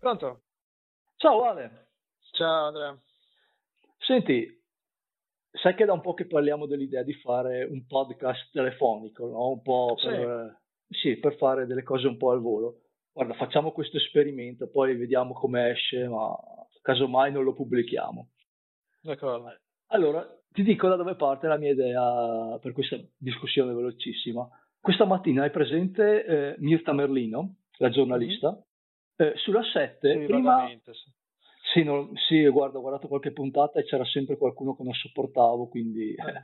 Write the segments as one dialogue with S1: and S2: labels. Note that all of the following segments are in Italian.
S1: Pronto?
S2: Ciao Ale,
S1: Ciao Andrea.
S2: senti, sai che da un po' che parliamo dell'idea di fare un podcast telefonico, no? Un po'
S1: Sì,
S2: sì, per fare delle cose un po' al volo. Guarda, facciamo questo esperimento, poi vediamo come esce, ma casomai non lo pubblichiamo.
S1: d'accordo.
S2: Allora, ti dico da dove parte la mia idea per questa discussione velocissima. Questa mattina hai presente Mirta Merlino, la
S1: Mhm.
S2: giornalista? Sulla 7,
S1: Sì,
S2: prima.
S1: vagamente, sì.
S2: Sì, sì, guarda, ho guardato qualche puntata e c'era sempre qualcuno che non sopportavo, quindi
S1: Eh,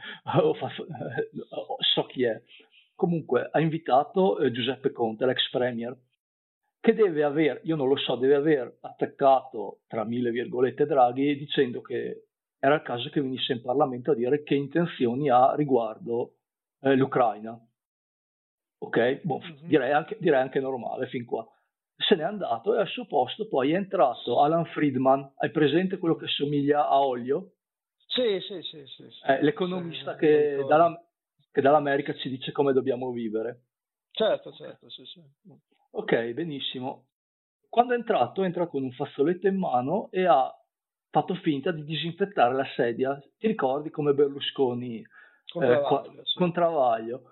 S2: so chi è. Comunque, ha invitato Giuseppe Conte, l'ex premier, che deve aver, io non lo so, deve aver attaccato, tra mille virgolette, Draghi, dicendo che era il caso che venisse in Parlamento a dire che intenzioni ha riguardo l'Ucraina. Ok, boh,
S1: mhm.
S2: direi anche normale fin qua. Se n'è andato e al suo posto poi è entrato Alan Friedman. Hai presente quello che somiglia a Olio?
S1: Sì, sì, sì, sì, sì, sì,
S2: L'economista
S1: me lo ricordo.
S2: che dall'America ci dice come dobbiamo vivere.
S1: Certo,
S2: Ok,
S1: certo, sì, sì.
S2: ok, benissimo. Quando è entrato con un fazzoletto in mano e ha fatto finta di disinfettare la sedia. Ti ricordi come Berlusconi
S1: Con Travaglio, sì.
S2: con Travaglio?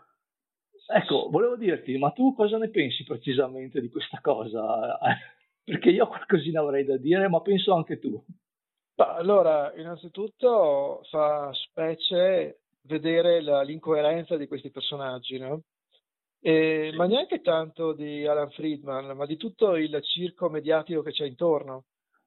S2: Ecco, volevo dirti, ma tu cosa ne pensi precisamente di questa cosa? Perché io qualcosina avrei da dire, ma penso anche tu.
S1: Ma allora, innanzitutto fa specie vedere l'incoerenza di questi personaggi, no? Ma
S2: Sì.
S1: neanche tanto di Alan Friedman, ma di tutto il circo mediatico che c'è intorno.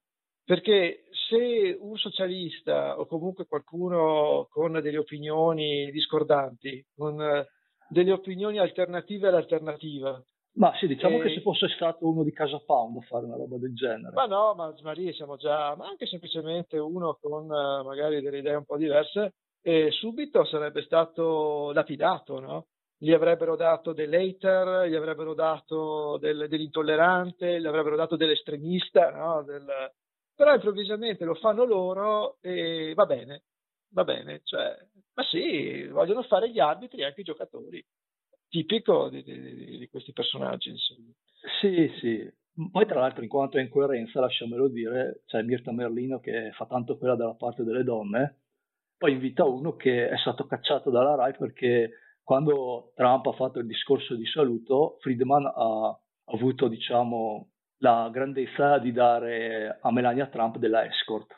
S1: Perché se un socialista o comunque qualcuno con delle opinioni discordanti, con delle opinioni alternative all'alternativa,
S2: Ma sì, diciamo che se
S1: e
S2: fosse stato uno di Casa Pound a fare una roba del
S1: ma
S2: genere.
S1: no, ma Maria siamo già, ma anche semplicemente uno con magari delle idee un po' diverse, e subito sarebbe stato lapidato, no? Gli avrebbero dato dell'hater, gli avrebbero dato dell'intollerante, gli avrebbero dato dell'estremista, no? Però improvvisamente lo fanno loro e va bene, cioè, ma sì, vogliono fare gli arbitri anche i giocatori, tipico di questi personaggi, insomma.
S2: Sì, sì. Poi tra l'altro in quanto a incoerenza, lasciamelo dire, c'è Mirta Merlino che fa tanto quella dalla parte delle donne, poi invita uno che è stato cacciato dalla Rai perché quando Trump ha fatto il discorso di saluto, Friedman ha avuto, diciamo, la grandezza di dare a Melania Trump della escort.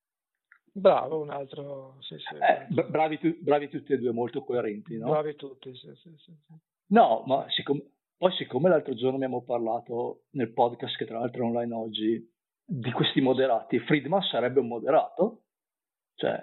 S1: Bravo, un altro, sì, sì, un altro.
S2: Bravi tutti e due, molto coerenti, no?
S1: Bravi tutti, sì, sì, sì, sì.
S2: No, ma siccome l'altro giorno abbiamo parlato nel podcast che tra l'altro è online oggi di questi moderati, Friedman sarebbe un moderato? Cioè,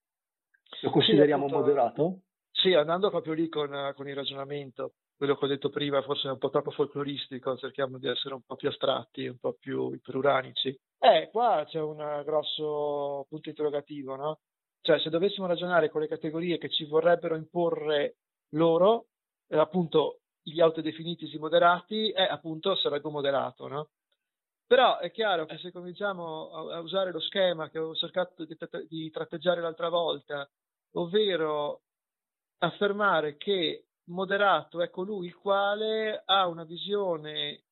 S2: lo
S1: Sì,
S2: consideriamo un
S1: appunto,
S2: moderato?
S1: sì, andando proprio lì con il ragionamento, quello che ho detto prima, forse è un po' troppo folcloristico, cerchiamo di essere un po' più astratti, un po' più iperuranici. Qua c'è un grosso punto interrogativo, no? Cioè, se dovessimo ragionare con le categorie che ci vorrebbero imporre loro, appunto, gli autodefinitisi moderati, appunto, sarebbe un moderato, no? Però è chiaro che se cominciamo a usare lo schema che ho cercato di tratteggiare l'altra volta, ovvero affermare che moderato è colui il quale ha una visione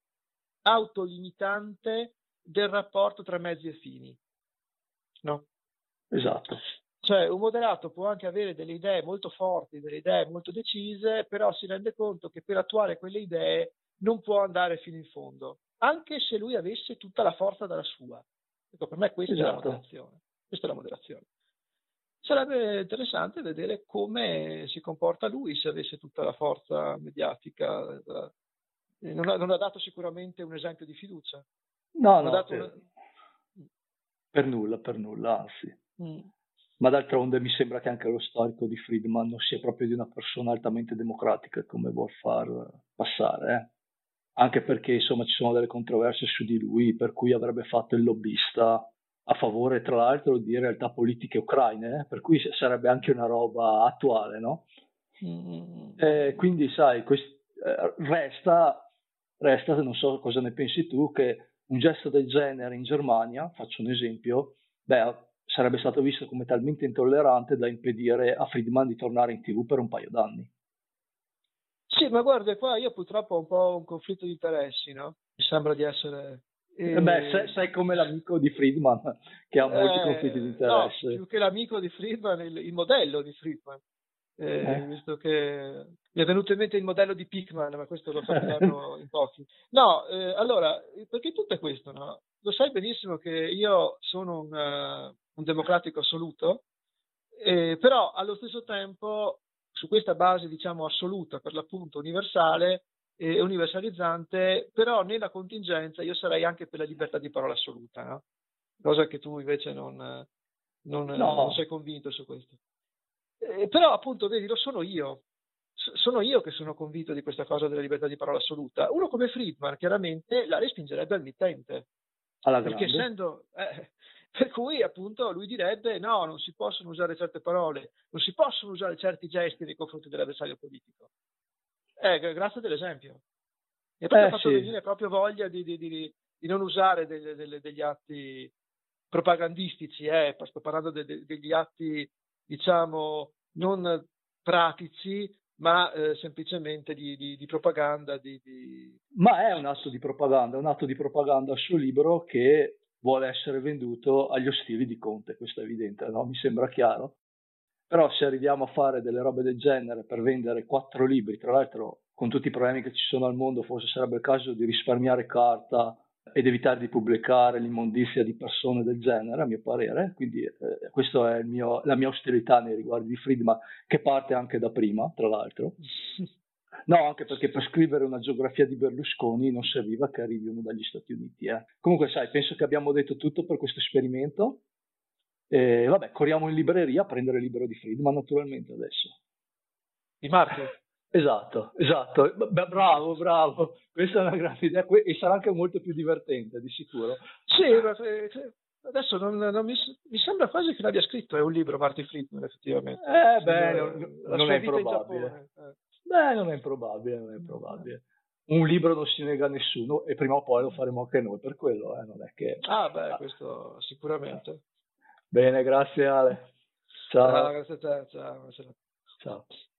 S1: autolimitante del rapporto tra mezzi e fini, no?
S2: Esatto,
S1: Cioè un moderato può anche avere delle idee molto forti, delle idee molto decise, però si rende conto che per attuare quelle idee non può andare fino in fondo, anche se lui avesse tutta la forza dalla sua. Ecco, per me questa è la
S2: esatto.
S1: moderazione. Questa è la moderazione. Sarebbe interessante vedere come si comporta lui se avesse tutta la forza mediatica. Non ha dato sicuramente un esempio di fiducia.
S2: No,
S1: Non ha
S2: no,
S1: dato una...
S2: per nulla, anzi.
S1: Mm.
S2: Ma d'altronde mi sembra che anche lo storico di Friedman non sia proprio di una persona altamente democratica come vuol far passare, eh. Anche perché insomma ci sono delle controversie su di lui, per cui avrebbe fatto il lobbista a favore, tra l'altro, di realtà politiche ucraine, per cui sarebbe anche una roba attuale, no?
S1: Mm.
S2: Quindi, sai, resta, non so cosa ne pensi tu, che un gesto del genere in Germania, faccio un esempio, beh, sarebbe stato visto come talmente intollerante da impedire a Friedman di tornare in TV per un paio d'anni.
S1: Sì, ma guarda, qua io purtroppo ho un po' un conflitto di interessi, no? Mi sembra di essere
S2: Sei come l'amico di Friedman, che ha molti conflitti di
S1: No,
S2: interesse.
S1: più che l'amico di Friedman, il modello di Friedman. Visto che mi è venuto in mente il modello di Pickman, ma questo lo sapranno in pochi. No, allora, perché tutto è questo, no? Lo sai benissimo che io sono un democratico assoluto, però allo stesso tempo, su questa base, diciamo, assoluta, per l'appunto universale e universalizzante, però nella contingenza io sarei anche per la libertà di parola assoluta, no? Cosa che tu invece non sei
S2: No,
S1: convinto su questo. Però appunto, vedi, lo sono io. Sono io che sono convinto di questa cosa della libertà di parola assoluta. Uno come Friedman chiaramente la respingerebbe al mittente,
S2: alla
S1: perché
S2: grande.
S1: per cui appunto lui direbbe no, non si possono usare certe parole, non si possono usare certi gesti nei confronti dell'avversario politico. Grazie dell'esempio. Mi ha proprio fatto
S2: Sì.
S1: venire proprio voglia di non usare degli atti propagandistici, sto parlando degli atti, diciamo, non pratici, ma semplicemente di propaganda.
S2: Ma è un atto di propaganda al suo libro che vuole essere venduto agli ostili di Conte, questo è evidente, no? Mi sembra chiaro. Però se arriviamo a fare delle robe del genere per vendere 4 libri, tra l'altro con tutti i problemi che ci sono al mondo, forse sarebbe il caso di risparmiare carta ed evitare di pubblicare l'immondizia di persone del genere, a mio parere. Quindi questa è la mia ostilità nei riguardi di Friedman, che parte anche da prima, tra l'altro. No, anche perché per scrivere una geografia di Berlusconi non serviva che arrivi uno dagli Stati Uniti. Comunque, sai, penso che abbiamo detto tutto per questo esperimento. E vabbè, corriamo in libreria a prendere il libro di Friedman, naturalmente, adesso.
S1: Di Marti.
S2: Esatto, esatto. Bravo, bravo. Questa è una grande idea e sarà anche molto più divertente, di sicuro.
S1: Sì, ma, adesso mi sembra quasi che l'abbia scritto, è un libro Marty Friedman, effettivamente. La
S2: non
S1: sua
S2: è
S1: vita in
S2: improbabile.
S1: Giappone.
S2: Beh, non è improbabile, non è improbabile. Un libro non si nega a nessuno e prima o poi lo faremo anche noi per quello, non è che...
S1: Beh, questo sicuramente.
S2: Bene, grazie Ale.
S1: Ciao,
S2: Ciao.
S1: grazie a te, ciao.
S2: Ciao.